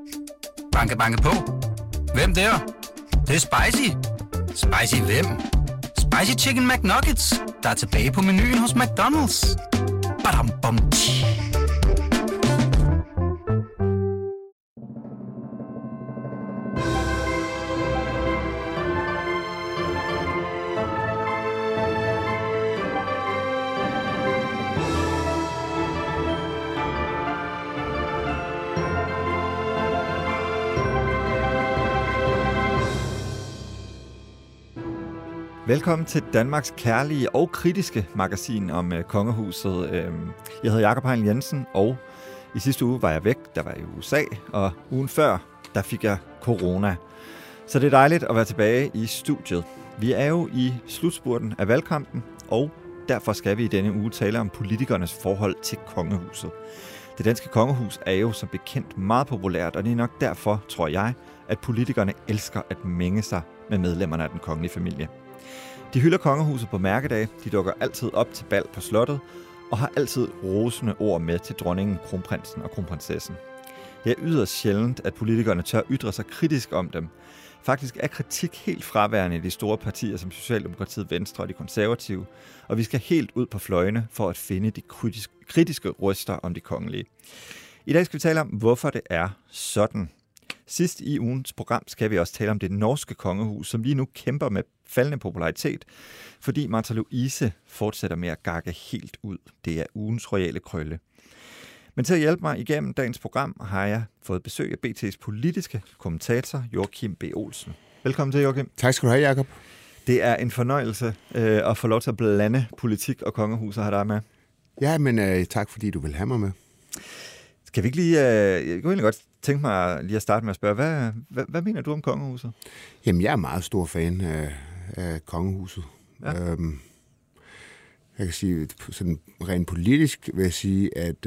Banke, banke på. Hvem der? Det er spicy. Spicy hvem? Spicy Chicken McNuggets, der er tilbage på menuen hos McDonald's. Badum, bom, tji. Velkommen til Danmarks kærlige og kritiske magasin om kongehuset. Jeg hedder Jakob Heinle Jensen, og i sidste uge var jeg væk, der var jeg i USA, og ugen før, der fik jeg corona. Så det er dejligt at være tilbage i studiet. Vi er jo i slutspurten af valgkampen, og derfor skal vi i denne uge tale om politikernes forhold til kongehuset. Det danske kongehus er jo som bekendt meget populært, og det er nok derfor, tror jeg, at politikerne elsker at mænge sig med medlemmerne af den kongelige familie. De hylder kongehuset på mærkedage, de dukker altid op til bal på slottet, og har altid rosende ord med til dronningen, kronprinsen og kronprinsessen. Det er yderst sjældent, at politikerne tør ytre sig kritisk om dem. Faktisk er kritik helt fraværende i de store partier som Socialdemokratiet, Venstre og de konservative, og vi skal helt ud på fløjene for at finde de kritiske røster om de kongelige. I dag skal vi tale om, hvorfor det er sådan. Sidst i ugens program skal vi også tale om det norske kongehus, som lige nu kæmper med faldende popularitet, fordi Märtha Louise fortsætter med at gakke helt ud. Det er ugens royale krølle. Men til at hjælpe mig igennem dagens program har jeg fået besøg af BT's politiske kommentator Joachim B. Olsen. Velkommen til, Joachim. Tak skal du have, Jakob. Det er en fornøjelse at få lov til at blande politik og kongehus og have dig med. Ja, men tak fordi du vil have mig med. Skal vi ikke lige... jeg kunne egentlig godt tænke mig lige at starte med at spørge, hvad mener du om kongehuset? Jamen, jeg er meget stor fan af kongehuset. Ja. Jeg kan sige, sådan rent politisk vil jeg sige, at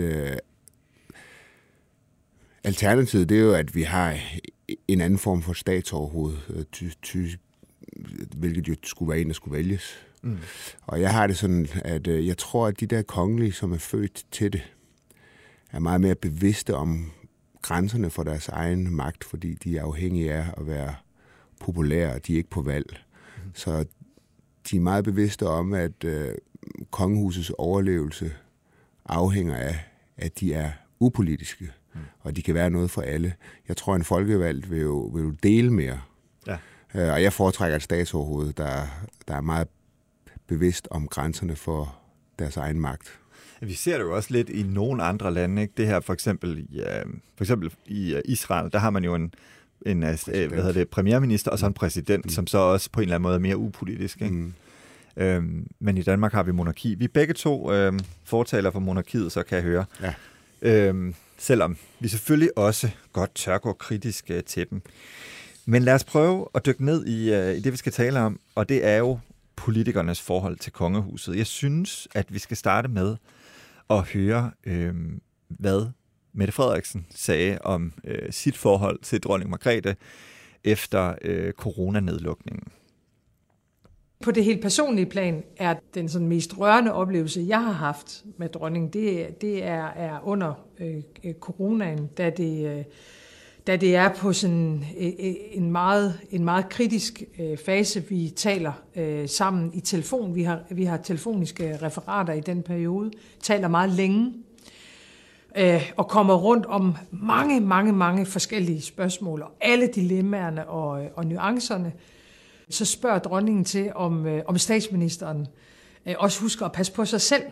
alternativet, det er jo, at vi har en anden form for statsoverhoved, hvilket jo skulle være en, der skulle vælges. Mm. Og jeg har det sådan, at jeg tror, at de der kongelige, som er født til det, er meget mere bevidste om grænserne for deres egen magt, fordi de er afhængige af at være populære, og de er ikke på valg. Mm. Så de er meget bevidste om, at kongehusets overlevelse afhænger af, at de er upolitiske, og de kan være noget for alle. Jeg tror, en folkevalgt vil jo dele mere. Ja. Og jeg foretrækker et statsoverhoved, der er meget bevidst om grænserne for deres egen magt. Vi ser det jo også lidt i nogle andre lande, ikke? Det her for eksempel i Israel, der har man jo en premierminister og så en præsident, som så også på en eller anden måde er mere upolitisk, ikke? Mm. Men i Danmark har vi monarki. Vi er begge to fortaler for monarkiet, så kan jeg høre. Ja. Selvom vi selvfølgelig også godt tør gå kritisk til dem. Men lad os prøve at dykke ned i det, vi skal tale om, og det er jo politikernes forhold til kongehuset. Jeg synes, at vi skal starte med at høre, hvad Mette Frederiksen sagde om sit forhold til dronning Margrethe efter coronanedlukningen. På det helt personlige plan er den sådan mest rørende oplevelse, jeg har haft med dronningen, det er under coronaen, da det er på sådan en meget kritisk fase. Vi taler sammen i telefon. Vi har telefoniske referater i den periode, taler meget længe og kommer rundt om mange forskellige spørgsmål, og alle dilemmaerne og nuancerne. Så spørger dronningen til, om statsministeren også husker at passe på sig selv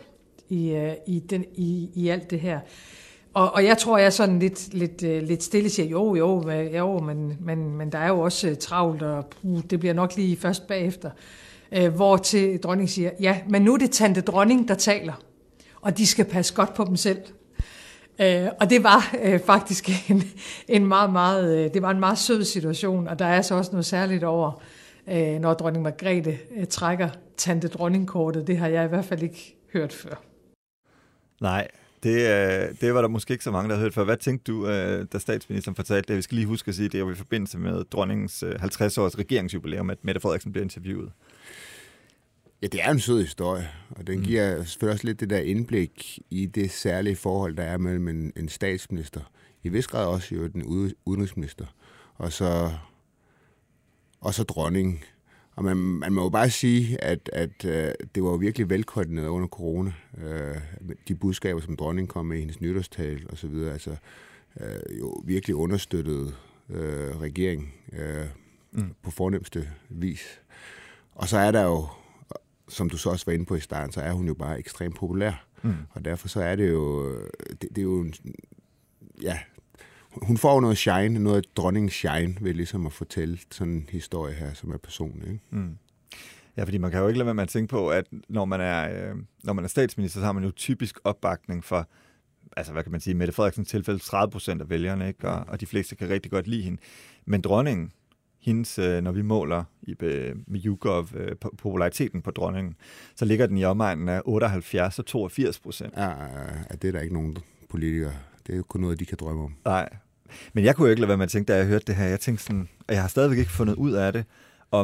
i alt det her. Og jeg tror, jeg er sådan lidt stille siger, jo, men der er jo også travlt, og det bliver nok lige først bagefter. Hvor til dronningen siger, ja, men nu er det tante dronning, der taler, og de skal passe godt på dem selv. Og det var faktisk en meget sød situation, og der er så også noget særligt over, når dronning Margrethe trækker tante dronningkortet. Det har jeg i hvert fald ikke hørt før. Nej, det var der måske ikke så mange, der havde hørt før. Hvad tænkte du, da statsministeren fortalte det? Vi skal lige huske at sige, det var i forbindelse med dronningens 50-års regeringsjubilæum, at Mette Frederiksen blev interviewet. Ja, det er en sød historie, og den giver selvfølgelig også lidt det der indblik i det særlige forhold, der er mellem en statsminister i vis grad også jo den udenrigsminister, og så dronningen. Og man må jo bare sige, at det var jo virkelig velkoordineret under corona. De budskaber, som dronningen kom med i hendes nytårstale og så videre, altså jo virkelig understøttede regeringen på fornemste vis. Og så er der jo, som du så også var inde på i starten, så er hun jo bare ekstremt populær. Og derfor så er det jo, det er jo, ja, hun får noget shine, noget dronningens shine ved ligesom at fortælle sådan en historie her, som er personlig. Ikke? Ja, fordi man kan jo ikke lade være med at tænke på, at når man er statsminister, så har man jo typisk opbakning for, altså hvad kan man sige, Mette Frederiksens tilfælde 30% af vælgerne, ikke? Og de fleste kan rigtig godt lide hende. Men dronningen, hendes, når vi måler med YouGov populariteten på dronningen, så ligger den i omegnen af 78% og 82%. Ja, det er der ikke nogen politikere. Det er jo kun noget, de kan drømme om. Nej, men jeg kunne jo ikke lade være med at tænke, da jeg hørte det her. Jeg tænkte sådan, og jeg har stadigvæk ikke fundet ud af det,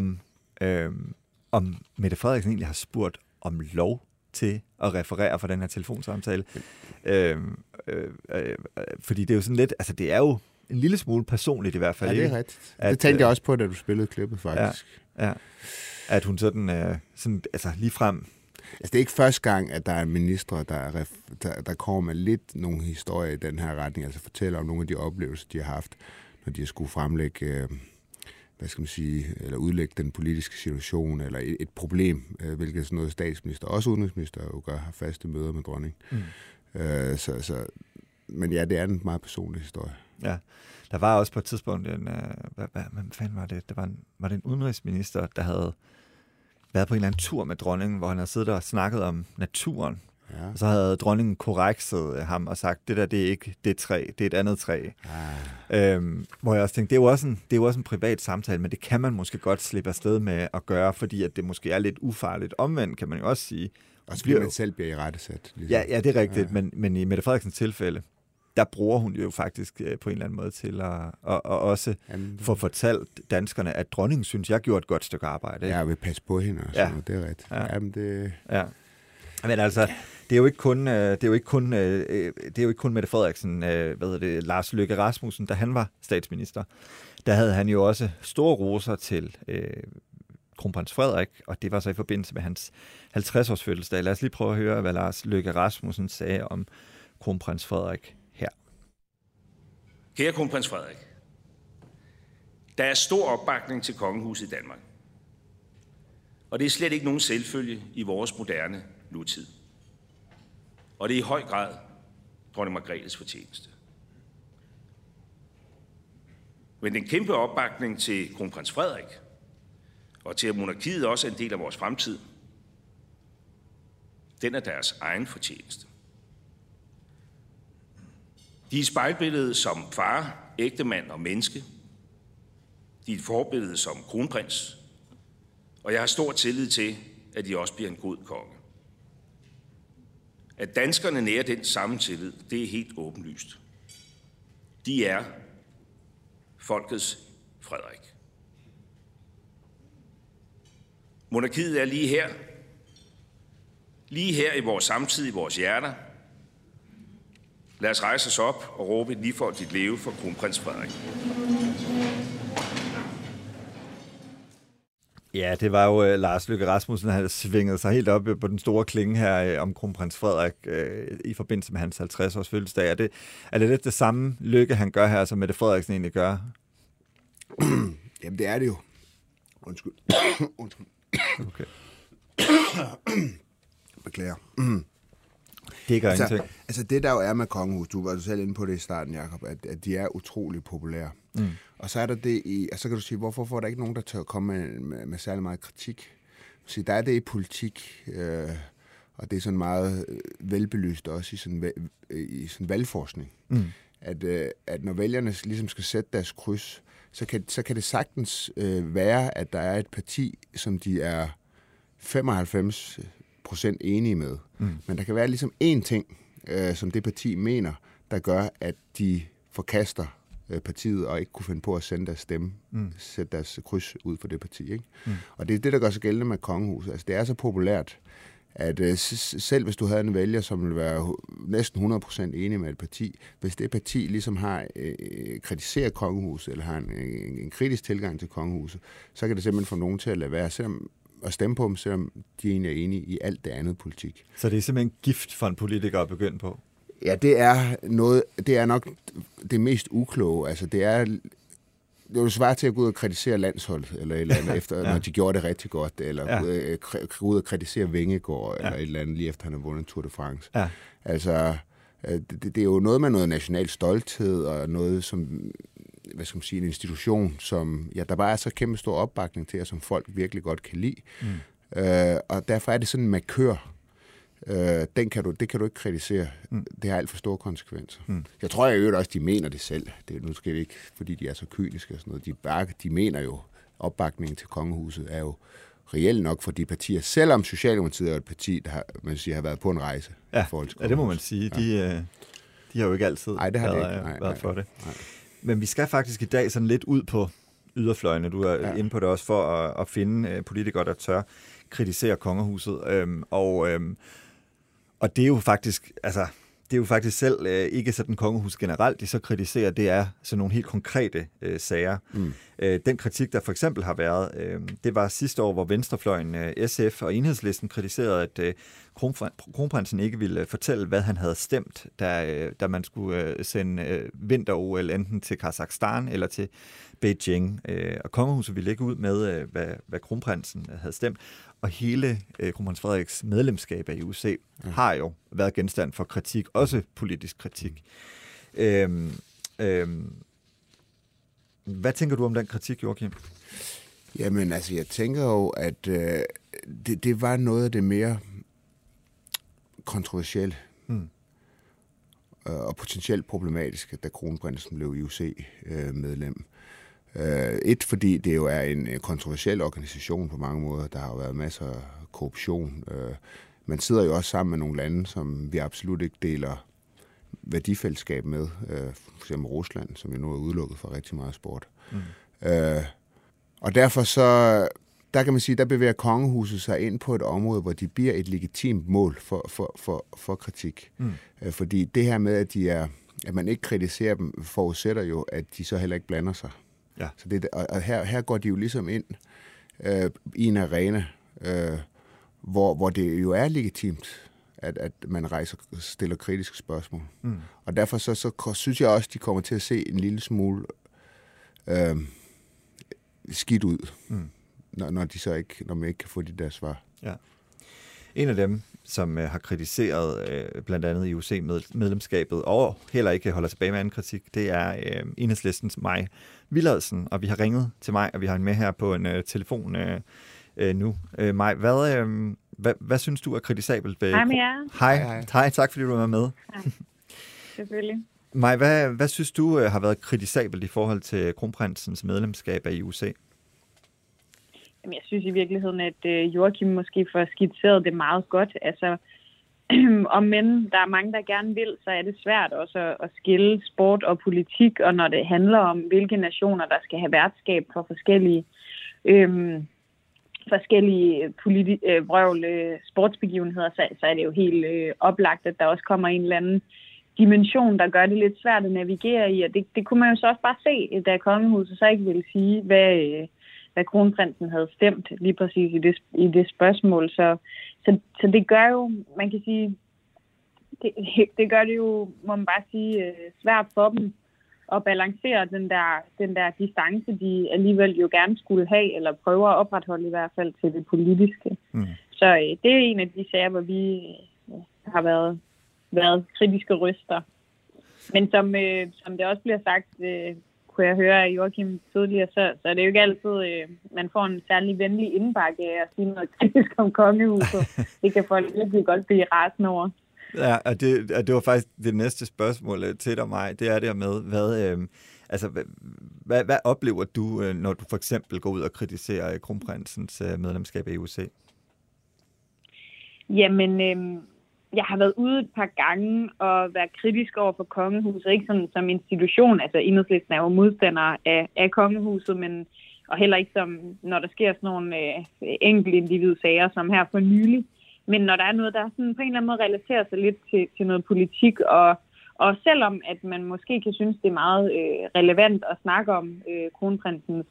om Mette Frederiksen egentlig har spurgt om lov til at referere for den her telefonsamtale. Fordi det er jo sådan lidt, altså det er jo en lille smule personligt i hvert fald. Ja, det er rigtigt. Det tænkte jeg også på, da du spillede klippet, faktisk. Ja. At hun sådan altså ligefrem. Altså det er ikke første gang, at der er ministre, der kommer med lidt nogle historier i den her retning, altså fortæller om nogle af de oplevelser, de har haft, når de har skulle fremlægge, hvad skal man sige, eller udlægge den politiske situation, eller et problem, hvilket sådan noget statsminister, også udenrigsminister jo gør, har faste møder med dronning. Men ja, det er en meget personlig historie. Ja, der var også på et tidspunkt hvad fanden var det? Var det en udenrigsminister, der havde været på en eller anden tur med dronningen, hvor han havde siddet og snakket om naturen. Ja. Og så havde dronningen korrekset ham og sagt, det der, det er ikke det træ, det er et andet træ. Hvor jeg også tænkte, det er jo også en privat samtale, men det kan man måske godt slippe afsted med at gøre, fordi at det måske er lidt ufarligt. Omvendt kan man jo også sige. Og så bliver man selv bliver i rettesat. Ligesom. Ja, det er rigtigt, ja. Men i Mette Frederiksens tilfælde, der bruger hun jo faktisk på en eller anden måde til at også få fortalt danskerne, at dronningen synes, jeg gjorde et godt stykke arbejde. Ikke? Ja, vil passe på hende og sådan noget. Det er rigtigt. Ja. Jamen, det... Ja. Men altså, det er jo ikke kun Mette Frederiksen, Lars Løkke Rasmussen, da han var statsminister. Der havde han jo også store roser til kronprins Frederik, og det var så i forbindelse med hans 50-års fødselsdag. Lad os lige prøve at høre, hvad Lars Løkke Rasmussen sagde om kronprins Frederik her. Kære kronprins Frederik, der er stor opbakning til kongehuset i Danmark. Og det er slet ikke nogen selvfølge i vores moderne nutid. Og det er i høj grad dronning Margrethes fortjeneste. Men den kæmpe opbakning til kronprins Frederik, og til at monarkiet også er en del af vores fremtid, den er deres egen fortjeneste. De er spejlbilledet som far, ægtemand og menneske. De er et forbillede som kronprins. Og jeg har stor tillid til, at de også bliver en god konge. At danskerne nærer den samme tillid, det er helt åbenlyst. De er folkets Frederik. Monarkiet er lige her i vores samtid, i vores hjerter. Lad os rejse os op og råbe et ligefoldigt leve for kronprins Frederik. Ja, det var jo Lars Løkke Rasmussen, der havde svinget sig helt op på den store klinge her om kronprins Frederik i forbindelse med hans 50-års fødselsdag. Er det lidt det samme Løkke, han gør her, som Mette Frederiksen egentlig gør? Jamen, det er det jo. Undskyld. Okay. Beklager. Det gør ingenting. Altså det der jo er med kongehus, du var selv inde på det i starten, Jacob, at de er utrolig populære. Og så er der det i, og så kan du sige, hvorfor får der ikke nogen, der tør komme med særlig meget kritik? Så der er det i politik, og det er sådan meget velbelyst også i sådan valgforskning, at når vælgerne ligesom skal sætte deres kryds, så kan det sagtens være, at der er et parti, som de er 95% enige med. Men der kan være ligesom én ting, som det parti mener, der gør, at de forkaster partiet og ikke kunne finde på at sende deres stemme, sætte deres kryds ud for det parti. Ikke? Og det er det, der gør sig gældende med kongehuset. Altså, det er så populært, at selv hvis du havde en vælger, som ville være næsten 100% enig med et parti, hvis det parti ligesom har kritiseret kongehuset, eller har en kritisk tilgang til kongehuset, så kan det simpelthen få nogen til at lade være, selvom at stemme på dem, selvom de egentlig er enige i alt det andet politik. Så det er simpelthen gift for en politiker at begynde på? Ja, det er nok det mest ukloge. Altså, det er jo svært til at gå ud og kritisere landsholdet, eller et eller andet, efter, når de gjorde det rigtig godt, eller gå ud og kritisere Vingegaard, eller et eller andet, lige efter han har vundet Tour de France. Ja. Altså, det er jo noget med noget national stolthed, og noget som, hvad skal man sige, en institution, som der bare er så kæmpe stor opbakning til, og som folk virkelig godt kan lide. Og derfor er det sådan en markør. Det kan du ikke kritisere. Det har alt for store konsekvenser. Jeg tror jo også, de mener det selv. Nu skal det ikke, fordi de er så kyniske og sådan noget. De mener jo, opbakningen til kongehuset er jo reelt nok for de partier, selvom Socialdemokratiet er et parti, der har været på en rejse. Ja, det må man sige. De har jo ikke altid været for det. Nej. Men vi skal faktisk i dag sådan lidt ud på yderfløjene. Du er inde på det også for at finde politikere, der tør kritisere kongehuset. Og det er jo faktisk, selv ikke sådan kongehus generelt, de så kritiserer, det er sådan nogle helt konkrete sager. Den kritik, der for eksempel har været, det var sidste år, hvor venstrefløjen SF og Enhedslisten kritiserede, at kronprinsen ikke ville fortælle, hvad han havde stemt, da man skulle sende vinter-OL enten til Kazakhstan eller til Beijing. Og kongehuset ville ikke ud med, hvad kronprinsen havde stemt. Og hele kronprins Frederiks medlemskab af IOC har jo været genstand for kritik, også politisk kritik. Hvad tænker du om den kritik, Joachim? Jamen, altså, jeg tænker jo, at det var noget af det mere kontroversielle og potentielt problematiske, da kronprinsen blev IOC-medlem. Fordi det jo er en kontroversiel organisation på mange måder. Der har jo været masser af korruption. Man sidder jo også sammen med nogle lande, som vi absolut ikke deler værdifællesskab med. For eksempel Rusland, som jo nu er udelukket for rigtig meget sport. Og derfor så, der kan man sige, der bevæger kongehuset sig ind på et område, hvor de bliver et legitimt mål for kritik. Fordi det her med, at man ikke kritiserer dem, forudsætter jo, at de så heller ikke blander sig. Ja. Så og her går de jo ligesom ind i en arena, hvor det jo er legitimt, at man stiller kritiske spørgsmål. Og derfor så synes jeg også, de kommer til at se en lille smule skidt ud, når man ikke kan få de der svar. Ja. En af dem, som har kritiseret blandt andet IOC-medlemskabet, og heller ikke holder tilbage med anden kritik, det er Enhedslistens Mai Villadsen, og vi har ringet til Mai, og vi har hende med her på en telefon nu. Mai, hvad synes du er kritisabelt ved... Hej med jer. Hej, tak fordi du var med. Hej. Selvfølgelig. Mai, hvad synes du har været kritisabelt i forhold til kronprinsens medlemskab af IOC? Jamen, jeg synes i virkeligheden, at Joachim måske får skitseret det meget godt. Altså, om men der er mange, der gerne vil, så er det svært også at skille sport og politik, og når det handler om, hvilke nationer, der skal have værtskab for forskellige sportsbegivenheder, så er det jo helt oplagt, at der også kommer en eller anden dimension, der gør det lidt svært at navigere i, og det kunne man jo så også bare se, da kongehuset så ikke ville sige, hvad kronprinsen havde stemt lige præcis i det spørgsmål. Så det gør jo, man kan sige, det gør det jo, må man bare sige, svært for dem at balancere den der distance, de alligevel jo gerne skulle have, eller prøver at opretholde i hvert fald til det politiske. Så det er en af de sager, hvor vi har været kritiske røster. Men som det også bliver sagt, kunne jeg høre af Joachim tidligere, så er det jo ikke altid, man får en særlig venlig indbakke af at sige noget kritisk om kongehuset. Det kan folk virkelig godt blive rasende over. Ja, og det var faktisk det næste spørgsmål til dig, Mai. Det er det med, hvad oplever du, når du for eksempel går ud og kritiserer kronprinsens medlemskab af IOC? Jamen, jeg har været ude et par gange og været kritisk over for kongehuset, ikke sådan som institution. Altså, Enhedslisten er jo modstandere af kongehuset, men og heller ikke som, når der sker sådan nogle enkelte individsager, som her for nylig. Men når der er noget, der sådan på en eller anden måde relaterer sig lidt til noget politik, og selvom at man måske kan synes, det er meget relevant at snakke om kronprinsens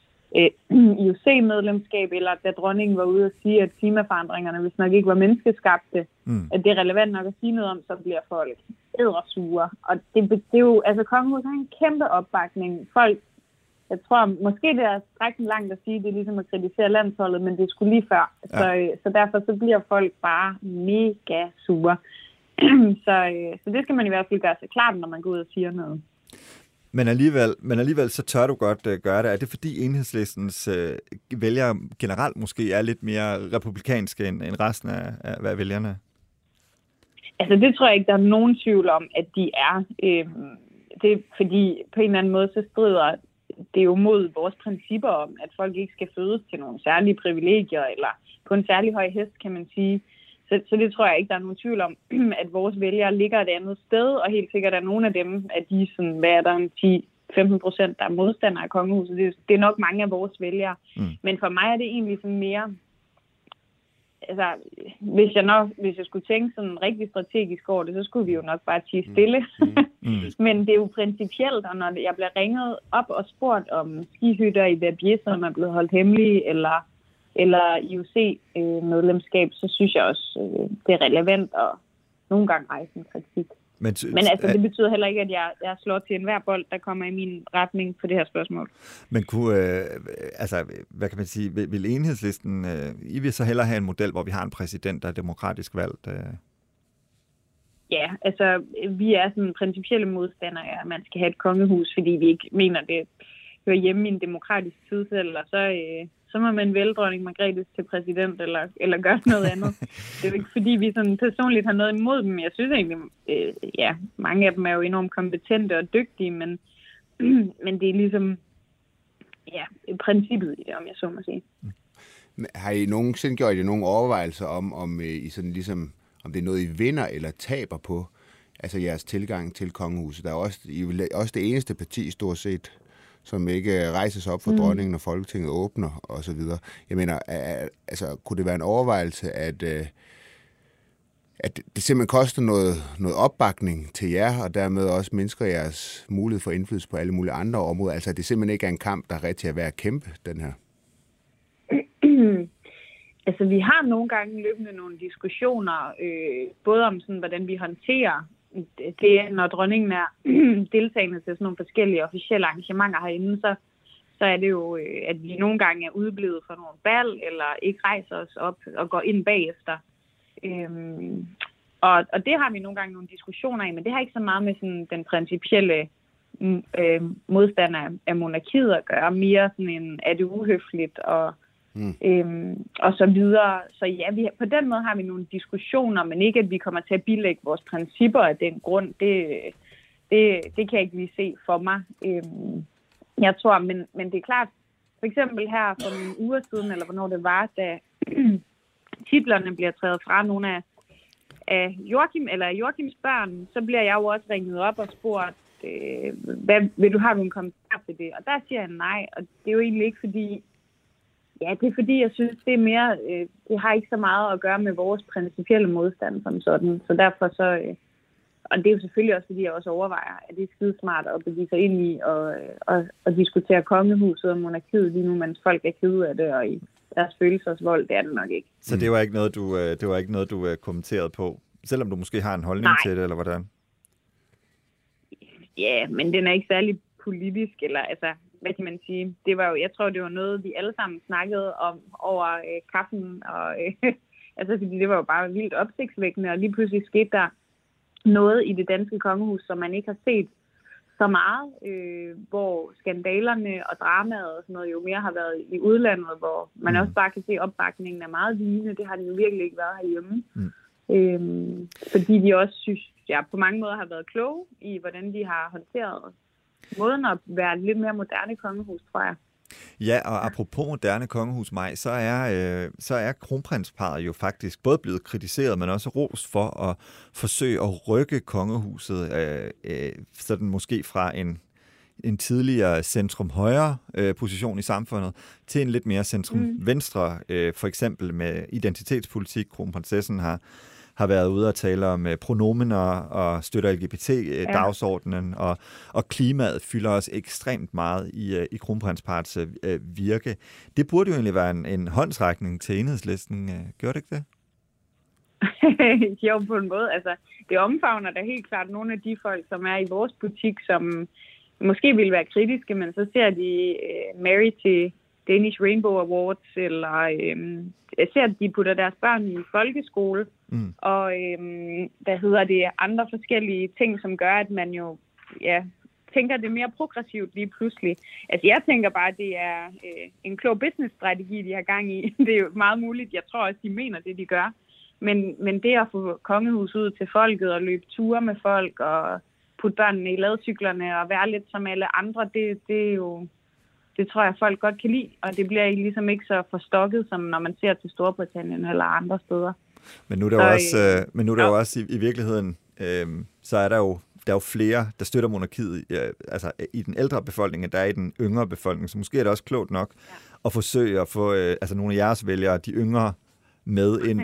IOC-medlemskab, eller da dronningen var ude at sige, at klimaforandringerne hvis nok ikke var menneskeskabte, at det er relevant nok at sige noget om, så bliver folk eddersure. Og det er jo, altså kongehuset har en kæmpe opbakning. Folk, jeg tror, måske det er strækken langt at sige, det er ligesom at kritisere landsholdet, men det er sgu lige før. Ja. Så derfor så bliver folk bare mega sure. Så det skal man i hvert fald gøre sig klart, når man går ud og siger noget. Men alligevel så tør du godt gøre det. Er det fordi Enhedslistens vælgere generelt måske er lidt mere republikanske end resten af vælgerne? Altså det tror jeg ikke, der er nogen tvivl om, at de er. Det er fordi på en eller anden måde, så strider det jo mod vores principper om, at folk ikke skal fødes til nogle særlige privilegier, eller på en særlig høj hest, kan man sige. Så det tror jeg ikke, der er nogen tvivl om, at vores vælgere ligger et andet sted, og helt sikkert er nogle af dem, at de sådan, hvad er der, 10-15%, der er modstandere af kongehuset. Det er nok mange af vores vælgere. Men for mig er det egentlig sådan mere, altså, hvis jeg skulle tænke sådan rigtig strategisk over det, så skulle vi jo nok bare tie stille. Men det er jo principielt, og når jeg bliver ringet op og spurgt om skihytter i Verbier, som er blevet holdt hemmelige, eller IOC-medlemskab, så synes jeg også, det er relevant at nogle gange rejse en kritik. Men altså, det betyder heller ikke, at jeg slår til enhver bold, der kommer i min retning på det her spørgsmål. Men hvad kan man sige, vil Enhedslisten, I vil så hellere have en model, hvor vi har en præsident, der er demokratisk valgt? Ja, altså, vi er sådan principielle modstandere af, at man skal have et kongehus, fordi vi ikke mener, det hører hjemme i en demokratisk tidsalder, så må man vælge dronning Margrethe til præsident, eller gøre noget andet. Det er jo ikke, fordi vi sådan personligt har noget imod dem. Jeg synes egentlig, mange af dem er jo enormt kompetente og dygtige, men det er ligesom, princippet i det, om jeg så må sige. Har I nogensinde gjort nogle overvejelser om I sådan ligesom, om det er noget, I vinder eller taber på, altså jeres tilgang til kongehuset? Der er også det eneste parti stort set, som ikke rejser sig op for dronningen, når Folketinget åbner, og så videre. Jeg mener, altså, kunne det være en overvejelse, at det simpelthen koster noget opbakning til jer, og dermed også mindsker jeres mulighed for indflydelse på alle mulige andre områder? Altså, at det simpelthen ikke er en kamp, der er rigtig at være at kæmpe, den her? Altså, vi har nogle gange løbende nogle diskussioner, både om sådan, hvordan vi håndterer det, når dronningen er deltagende til sådan nogle forskellige officielle arrangementer herinde, så er det jo, at vi nogle gange er udeblevet fra nogle bal, eller ikke rejser os op og går ind bagefter. Og det har vi nogle gange nogle diskussioner af, men det har ikke så meget med sådan den principielle modstander af monarkiet at gøre. Mere sådan en, er det uhøfligt og så videre. Så ja, på den måde har vi nogle diskussioner, men ikke, at vi kommer til at bilægge vores principper af den grund. Det kan jeg ikke lige se for mig. Jeg tror, men det er klart, for eksempel her for nogle uger siden, eller hvornår det var, da titlerne bliver taget fra nogle af Joachim, eller Joachims børn, så bliver jeg jo også ringet op og spurgt, vil du have nogle kommentarer til det? Og der siger jeg nej, og det er jo egentlig ikke fordi, det er fordi, jeg synes, det er mere, det har ikke så meget at gøre med vores principielle modstand som sådan. Så derfor så, og det er jo selvfølgelig også fordi, jeg også overvejer, at det er skide smart at begive sig ind i og diskutere kongehuset og monarkiet lige nu, mens folk er kede af det, og i deres følelsesvold, det er det nok ikke. Så det var ikke noget, du kommenterede på, selvom du måske har en holdning til det, eller hvordan? Ja, men den er ikke særlig politisk, eller altså, hvad kan man sige? Det var jo, jeg tror, det var noget, vi alle sammen snakkede om over kaffen, og altså, fordi det var jo bare vildt opsigtsvækkende, og lige pludselig skete der noget i det danske kongehus, som man ikke har set så meget, hvor skandalerne og dramaet og sådan noget jo mere har været i udlandet, hvor man også bare kan se, at opbakningen er meget vigende. Det har den jo virkelig ikke været herhjemme. Fordi de også synes, på mange måder har været kloge i, hvordan de har håndteret måden at være et lidt mere moderne kongehus, tror jeg. Ja, og apropos moderne kongehus, Maj, så er kronprinsparret jo faktisk både blevet kritiseret, men også rost for at forsøge at rykke kongehuset sådan måske fra en tidligere centrum-højre position i samfundet, til en lidt mere centrum-venstre, for eksempel med identitetspolitik. Kronprinsessen har været ude og tale om pronomener og støtter LGBT-dagsordenen, og klimaet fylder også ekstremt meget i kronprinsparrets virke. Det burde jo egentlig være en håndsrækning til Enhedslisten. Gjorde det ikke det? Jo, på en måde. Altså, det omfavner da helt klart nogle af de folk, som er i vores butik, som måske vil være kritiske, men så ser de Mary til Danish Rainbow Awards, eller jeg ser, at de putter deres børn i folkeskole, og andre forskellige ting, som gør, at man jo tænker det mere progressivt lige pludselig. Altså, jeg tænker bare, at det er en klog business-strategi, de har gang i. Det er jo meget muligt. Jeg tror også, de mener det, de gør. Men det at få kongehuset ud til folket og løbe ture med folk og putte børnene i ladcyklerne og være lidt som alle andre, det er jo, det tror jeg, folk godt kan lide. Og det bliver ligesom ikke så forstokket, som når man ser til Storbritannien eller andre steder. Men nu er der jo også i virkeligheden, så er der jo flere, der støtter monarkiet, altså i den ældre befolkning, end der er i den yngre befolkning. Så måske er det også klogt nok at forsøge at få nogle af jeres vælgere, de yngre, med ind.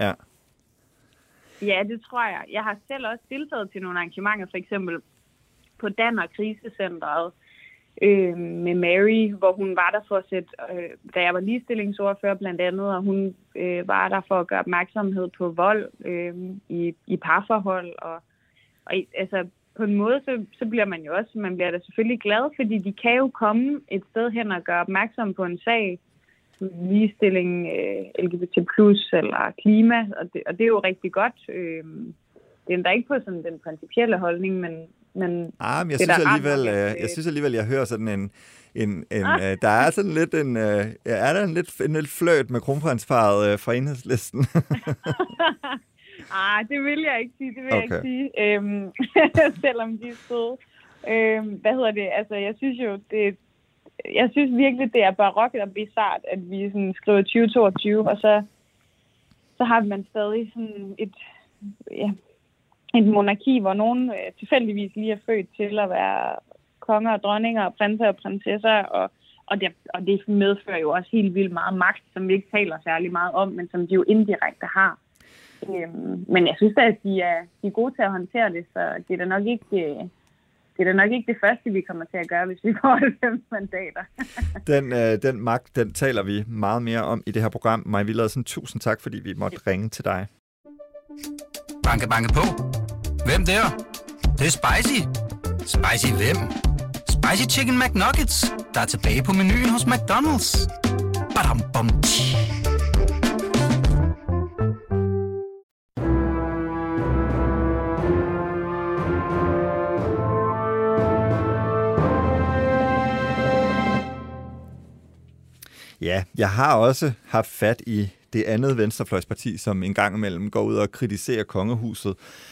Ja, det tror jeg. Jeg har selv også deltaget til nogle arrangementer, for eksempel på Danner Krisecentret med Mary, hvor hun var der for at sætte, da jeg var ligestillingsordfører blandt andet, og hun var der for at gøre opmærksomhed på vold i parforhold. Og altså, på en måde, så bliver man jo også, man bliver da selvfølgelig glad, fordi de kan jo komme et sted hen og gøre opmærksom på en sag, ligestilling, LGBT+, eller klima, og det er jo rigtig godt. Det er endda ikke på sådan den principielle holdning, men jeg synes alligevel, jeg hører sådan der er sådan lidt en lidt fløjt med kronprinsparret fra Enhedslisten. Det vil jeg ikke sige, ikke sige, selvom de er søde. Altså, jeg synes virkelig, det er barokt og bizart, at vi sådan skriver 2022, og så har man stadig sådan et monarki, hvor nogen tilfældigvis lige er født til at være konger og dronninger og prinser og prinsesser, og det medfører jo også helt vildt meget magt, som vi ikke taler særlig meget om, men som de jo indirekte har. Men jeg synes da, at de er gode til at håndtere det, så det er da nok ikke... Det er da nok ikke det første, vi kommer til at gøre, hvis vi får 90 mandater. Den magt, den taler vi meget mere om i det her program. Mai Villadsen, tusind tak, fordi vi måtte ringe til dig. Banke, banke på. Hvem der? Det er spicy. Spicy hvem? Spicy Chicken McNuggets, der er tilbage på menuen hos McDonald's. Badum, bom, Ja, jeg har også haft fat i det andet venstrefløjsparti, som en gang imellem går ud og kritiserer kongehuset.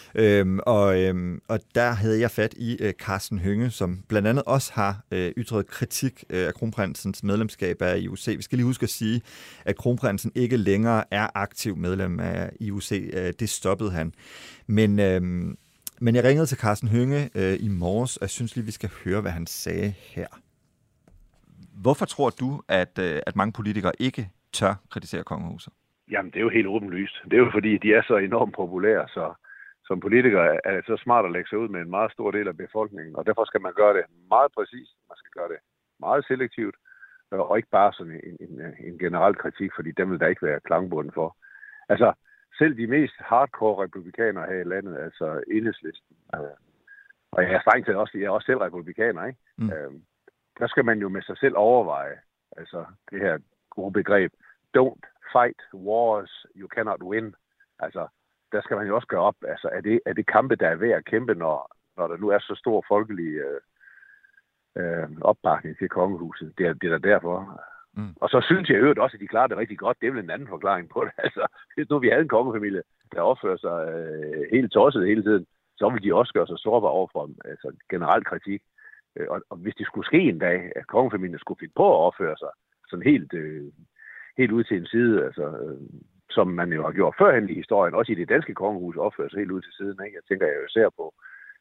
Og der havde jeg fat i Karsten Hønge, som blandt andet også har ytret kritik af kronprinsens medlemskab af IOC. Vi skal lige huske at sige, at kronprinsen ikke længere er aktiv medlem af IOC. Det stoppede han. Men jeg ringede til Karsten Hønge i morges, og jeg synes lige, vi skal høre, hvad han sagde her. Hvorfor tror du, at mange politikere ikke tør kritisere kongehuset? Jamen, det er jo helt åbenlyst. Det er jo fordi, de er så enormt populære, så som politiker er det så smart at lægge sig ud med en meget stor del af befolkningen, og derfor skal man gøre det meget præcist. Man skal gøre det meget selektivt, og ikke bare sådan en generel kritik, fordi dem vil der ikke være klangbunden for. Altså, selv de mest hardcore republikanere her i landet, altså Enhedslisten, og jeg er også selv republikaner, ikke? Der skal man jo med sig selv overveje, altså det her gode begreb, don't fight wars you cannot win. Altså, der skal man jo også gøre op, altså er det kampe, der er værd at kæmpe, når der nu er så stor folkelig opbakning til kongehuset. Det er der derfor. Og så synes jeg jo også, at de klarer det rigtig godt. Det er vel en anden forklaring på det. Altså, hvis nu vi havde en kongefamilie, der opfører sig helt tosset hele tiden, så vil de også gøre sig sårbare over for generel kritik. Og hvis det skulle ske en dag, at kongefamilien skulle finde på at opføre sig sådan helt ud til en side, altså, som man jo har gjort førhen i historien, også i det danske kongehus opfører sig helt ud til siden. Ikke? Jeg tænker jo især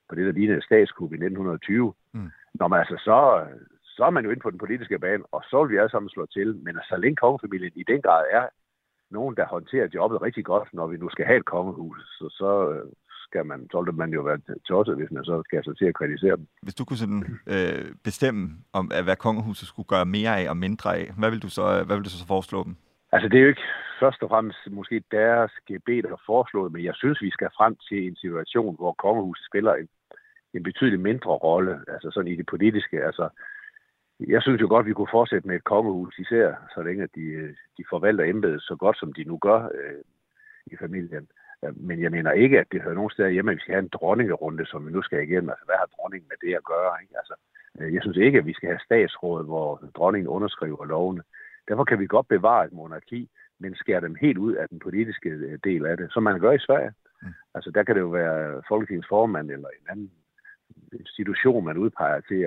på det, der lignede statskup i 1920. Når man altså så er man jo inde på den politiske bane, og så vil vi alle sammen slå til. Men så længe kongefamilien i den grad er nogen, der håndterer jobbet rigtig godt, når vi nu skal have et kongehus, så vil man jo være tosset, hvis man så skal til at kritisere dem. Hvis du kunne sådan bestemme, hvad kongehuset skulle gøre mere af og mindre af, hvad vil du så foreslå dem? Altså, det er jo ikke først og fremmest måske deres gebet at foreslå det, men jeg synes, vi skal frem til en situation, hvor kongehuset spiller en betydelig mindre rolle, altså sådan i det politiske. Altså, jeg synes jo godt, vi kunne fortsætte med et kongehus, især så længe de forvalter embedet så godt, som de nu gør i familien. Men jeg mener ikke, at det hører nogen steder hjemme, at vi skal have en dronningerunde, som vi nu skal igennem. Altså, hvad har dronningen med det at gøre? Ikke? Altså, jeg synes ikke, at vi skal have statsråd, hvor dronningen underskriver lovene. Derfor kan vi godt bevare et monarki, men skære dem helt ud af den politiske del af det, som man gør i Sverige. Altså, der kan det jo være Folketingets formand eller en anden institution, man udpeger til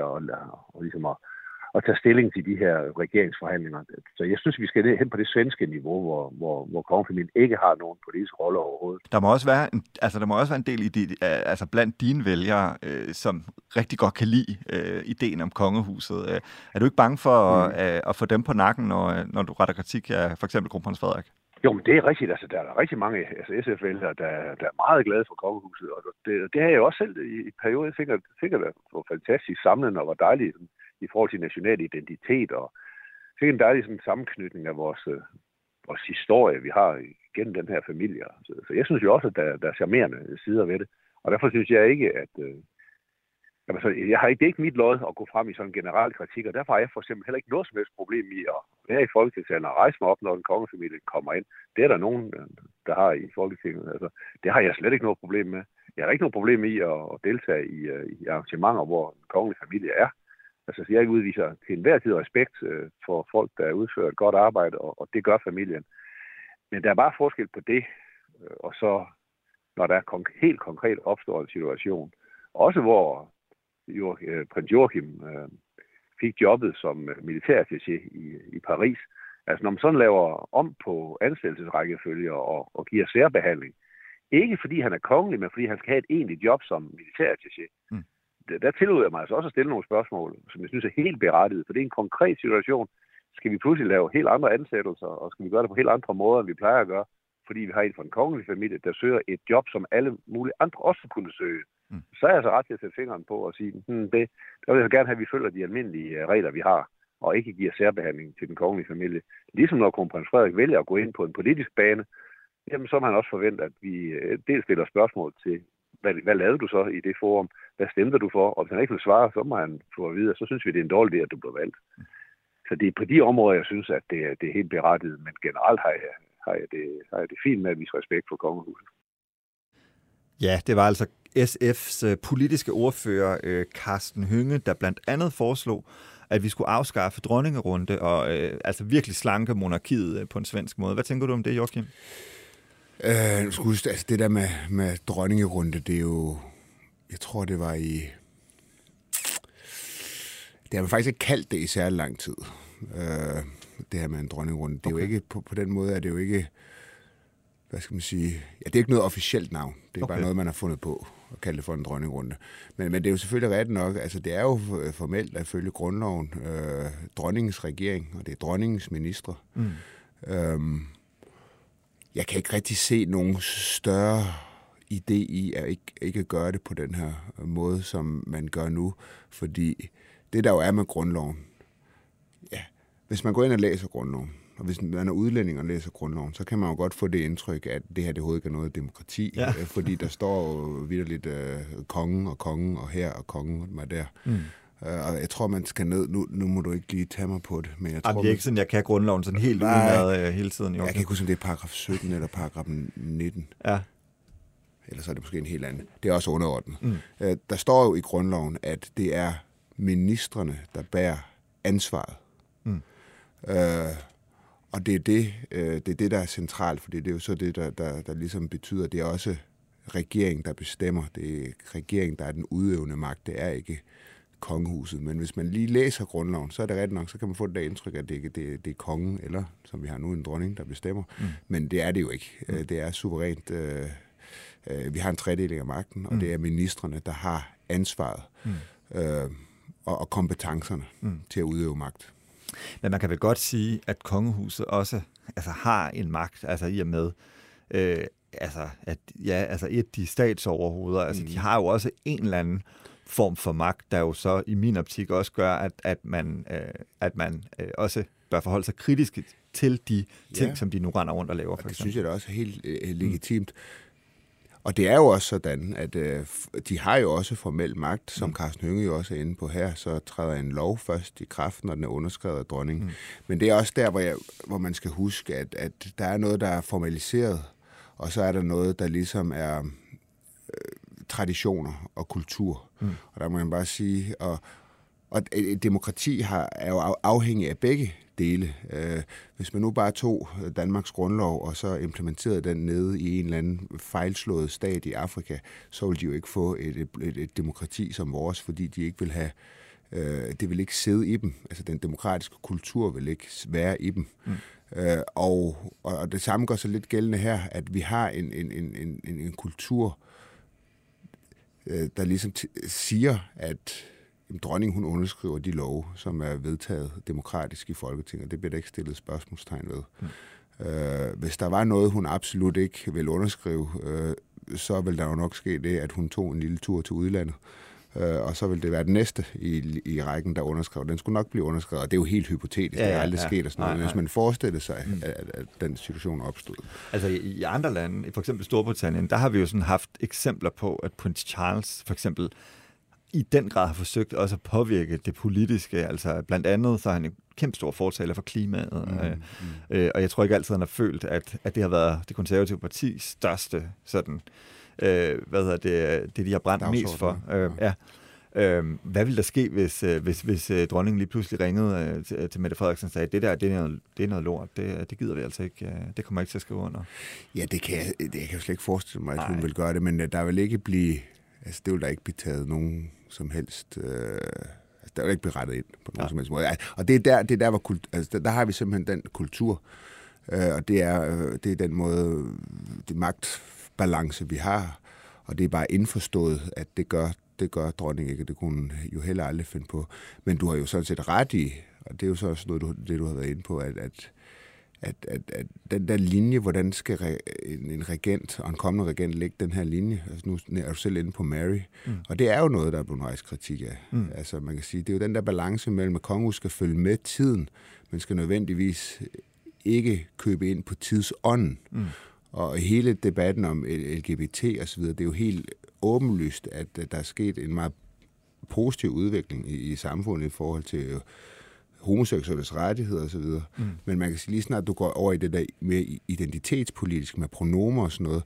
at tage stilling til de her regeringsforhandlinger. Så jeg synes, vi skal hen på det svenske niveau, hvor kongefamilien ikke har nogen politisk rolle overhovedet. Der må også være en del i blandt dine vælgere, som rigtig godt kan lide ideen om kongehuset. Er du ikke bange for at få dem på nakken, når du retter kritik af for eksempel kronprins Frederik? Jo, men det er rigtigt. Altså, der er rigtig mange SF-vælgere, der er meget glade for kongehuset. Og det har jeg jo også selv i perioden fik det var fantastisk samlende og var dejligt i forhold til national identitet, og fik en dejlig sådan sammenknytning af vores historie, vi har gennem den her familie. Så jeg synes jo også, at der er charmerende sider ved det. Og derfor synes jeg ikke, at det er ikke mit lod at gå frem i sådan en generel kritik, og derfor har jeg for eksempel heller ikke noget som helst problem i at være i Folketingssalen og rejse mig op, når en kongefamilie kommer ind. Det er der nogen, der har i Folketinget. Altså, det har jeg slet ikke noget problem med. Jeg har ikke noget problem i at deltage i arrangementer, hvor en kongelig familie er. Altså, jeg udviser til enhver tid respekt for folk, der udfører et godt arbejde, og det gør familien. Men der er bare forskel på det, og så når der helt konkret opstår en situation. Også hvor prins Joachim fik jobbet som militærattaché i Paris. Altså, når man sådan laver om på ansættelsesrækkefølge og giver særbehandling, ikke fordi han er kongelig, men fordi han skal have et egentligt job som militærattaché. Der tillod jeg mig altså også at stille nogle spørgsmål, som jeg synes er helt berettiget, for det er en konkret situation. Skal vi pludselig lave helt andre ansættelser, og skal vi gøre det på helt andre måder, end vi plejer at gøre, fordi vi har en fra en kongelig familie, der søger et job, som alle mulige andre også kunne søge. Så er jeg altså ret til at sætte fingeren på og sige, der vil jeg gerne have, at vi følger de almindelige regler, vi har, og ikke giver særbehandling til den kongelige familie. Ligesom når kronprins Frederik vælger at gå ind på en politisk bane, jamen så må han også forvente, at vi dels stiller spørgsmål til, hvad lavede du så i det forum? Hvad stemte du for? Og hvis han ikke vil svare, så må han få at vide, så synes vi, det er en dårlig idé, at du blev valgt. Så det er på de områder, jeg synes, at det er helt berettiget, men generelt har jeg det fint med at vise respekt for kongehuset. Ja, det var altså SF's politiske ordfører, Karsten Hønge, der blandt andet foreslog, at vi skulle afskaffe dronningerunde og virkelig slanke monarkiet på en svensk måde. Hvad tænker du om det, Joachim? Det der med dronningerunde, det er jo, jeg tror, det var i... Det har man faktisk ikke kaldt det i særlig lang tid, det her med en dronningerunde. Det er jo ikke, på den måde er det jo ikke, hvad skal man sige, det er ikke noget officielt navn. Det er bare noget, man har fundet på at kalde det for en dronningerunde. Men det er jo selvfølgelig ret nok, altså det er jo formelt at følge grundloven, dronningens regering, og det er dronningens ministre. Jeg kan ikke rigtig se nogen større idé i at ikke gøre det på den her måde, som man gør nu, fordi det der jo er med grundloven, hvis man går ind og læser grundloven, og hvis man er udlænding og læser grundloven, så kan man jo godt få det indtryk, at det her det overhovedet ikke er noget demokrati, fordi der står jo vitterligt kongen og her og kongen og der. Og jeg tror, man skal ned. Nu må du ikke lige tage mig på det. Men jeg tror, det er ikke sådan, jeg kan grundloven sådan helt udenad hele tiden. Jeg kan ikke huske, om det er paragraf 17 eller paragraf 19. Ja. Eller så er det måske en helt anden. Det er også underordnet. Der står jo i grundloven, at det er ministrene, der bærer ansvaret. Og det er det, der er centralt, fordi det er jo så det, der ligesom betyder, det er også regeringen, der bestemmer. Det er regeringen, der er den udøvende magt. Det er ikke kongehuset. Men hvis man lige læser grundloven, så er det ret nok, så kan man få det der indtryk, at det er kongen, eller som vi har nu, en dronning, der bestemmer. Men det er det jo ikke. Det er suverænt vi har en tredeling af magten, og det er ministrene, der har ansvaret og kompetencerne til at udøve magt. Men man kan vel godt sige, at kongehuset også har en magt, i og med, de statsoverhoveder, de har jo også en eller anden form for magt, der jo så i min optik også gør, at man også bør forholde sig kritisk til de ting, som de nu render rundt og laver. Og det synes jeg da også er helt legitimt. Og det er jo også sådan, at de har jo også formel magt, som Karsten Hønge jo også er inde på her, så træder en lov først i kraft, når den er underskrevet af dronningen. Men det er også der, hvor man skal huske, at der er noget, der er formaliseret, og så er der noget, der ligesom er traditioner og kultur. Og der må man bare sige, og et demokrati er jo afhængig af begge dele. Hvis man nu bare tog Danmarks grundlov og så implementerede den nede i en eller anden fejlslået stat i Afrika, så ville de jo ikke få et demokrati som vores, fordi de ikke vil have det vil ikke sidde i dem. Altså den demokratiske kultur vil ikke være i dem. Og det samme gør så lidt gældende her, at vi har en kultur, der ligesom siger, at dronningen hun underskriver de love, som er vedtaget demokratisk i Folketinget. Det bliver der ikke stillet spørgsmålstegn ved. Hvis der var noget, hun absolut ikke vil underskrive, så vil der jo nok ske det, at hun tog en lille tur til udlandet. Og så vil det være den næste i rækken, der underskrev. Den skulle nok blive underskrevet, og det er jo helt hypotetisk. Det er aldrig sket og sådan noget. Hvis man forestiller sig, at den situation opstod. Altså i andre lande, for eksempel Storbritannien, der har vi jo sådan haft eksempler på, at prins Charles for eksempel i den grad har forsøgt også at påvirke det politiske. Altså blandt andet, så er han en kæmpe stor fortaler for klimaet. Og jeg tror ikke altid, han har følt, at det har været det konservative partis største sådan, det de har brændt mest for. Hvad ville der ske, hvis dronningen lige pludselig ringede til Mette Frederiksen og sagde, det er noget lort, det gider vi altså ikke, det kommer ikke til at skrive under? Ja, det kan jeg jo slet ikke forestille mig, at hun vil gøre det, men der vil ikke blive, altså det vil der ikke blive taget nogen som helst, der vil ikke blive rettet ind på nogen som helst måde. Og det er der hvor der har vi simpelthen den kultur, og det er den måde, det magtbalance, vi har, og det er bare indforstået, at det gør dronningen ikke, det kunne jo heller aldrig finde på. Men du har jo sådan set ret i, og det er jo så også noget, det du har været inde på, at den der linje, hvordan skal en regent og en kommende regent lægge den her linje? Altså nu er du selv inde på Mary, og det er jo noget, der er blevet rejst kritik af. Altså man kan sige, det er jo den der balance mellem, at kongehuset skal følge med tiden, men skal nødvendigvis ikke købe ind på tidsånden. Og hele debatten om LGBT og så videre, det er jo helt åbenlyst, at der er sket en meget positiv udvikling i samfundet i forhold til homoseksuelles rettigheder og så videre. Men man kan sige, lige snart du går over i det der mere identitetspolitisk med pronomer og sådan noget,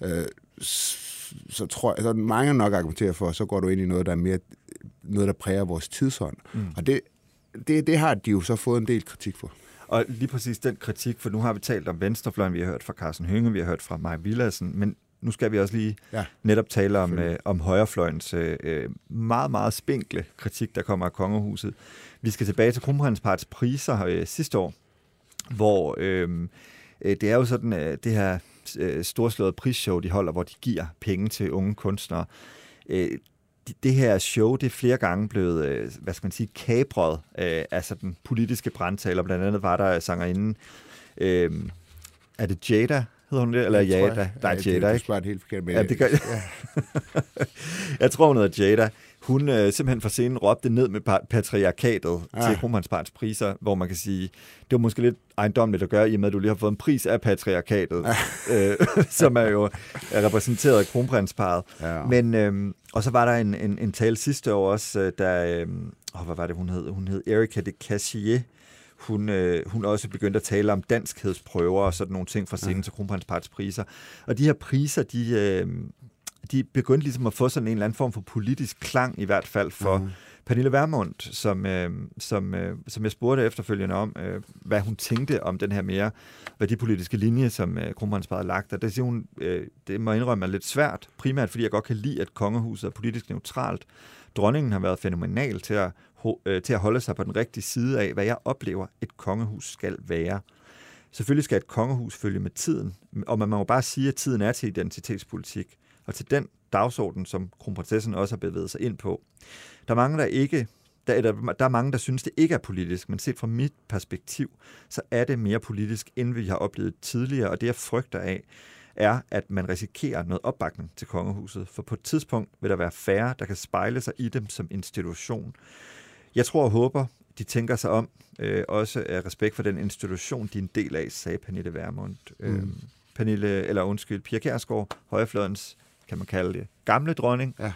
så tror jeg, så mange nok argumenterer for, så går du ind i noget, der er mere noget, der præger vores tidsånd. Og det har de jo så fået en del kritik for. Og lige præcis den kritik, for nu har vi talt om venstrefløjen, vi har hørt fra Karsten Hønge, vi har hørt fra Mai Villadsen, men nu skal vi også lige netop tale om højrefløjens meget, meget spinkle kritik, der kommer af kongehuset. Vi skal tilbage til kronprinsparrets priser sidste år, hvor det er jo sådan, det her storslåede prisshow, de holder, hvor de giver penge til unge kunstnere. Det her show, det er flere gange blevet, kapret af sådan politiske brandtaler. Blandt andet var der sangerinden, er det Jada, hedder hun det? Eller Jada? Nej, Jada, ikke? Det er helt forkert med det. Det gør... Jeg tror, hun hedder Jada. Hun simpelthen for scenen råbte ned med patriarkatet til kronprinsparrets priser, hvor man kan sige, det var måske lidt ejendommeligt at gøre, i og med, at du lige har fået en pris af patriarkatet, som er jo repræsenteret af kronprinsparret. Men, og så var der en tale sidste år også, der, hvad var det, hun hed Erika de Cassier. Hun også begyndte at tale om danskhedsprøver og sådan nogle ting fra scenen til kronprinsparrets priser. Og de her priser, de begyndte ligesom at få sådan en eller anden form for politisk klang, i hvert fald for Pernille Vermund, som jeg spurgte efterfølgende om, hvad hun tænkte om den her mere værdipolitiske linje, som kronprinsparret har lagt. Og det siger hun, det må indrømme er lidt svært, primært fordi jeg godt kan lide, at kongehuset er politisk neutralt. Dronningen har været fænomenal til at holde sig på den rigtige side af, hvad jeg oplever, et kongehus skal være. Selvfølgelig skal et kongehus følge med tiden, og man må bare sige, at tiden er til identitetspolitik. og til den dagsorden, som kronprinsessen også har bevæget sig ind på. Der er mange, der synes, det ikke er politisk, men set fra mit perspektiv, så er det mere politisk, end vi har oplevet tidligere, og det jeg frygter af, er, at man risikerer noget opbakning til kongehuset, for på et tidspunkt vil der være færre, der kan spejle sig i dem som institution. Jeg tror og håber, de tænker sig om, også af respekt for den institution, de er en del af, sagde Pernille Vermund. Pia Kjærsgaard, højrefløjens, kan man kalde det, gamle dronning. Ja.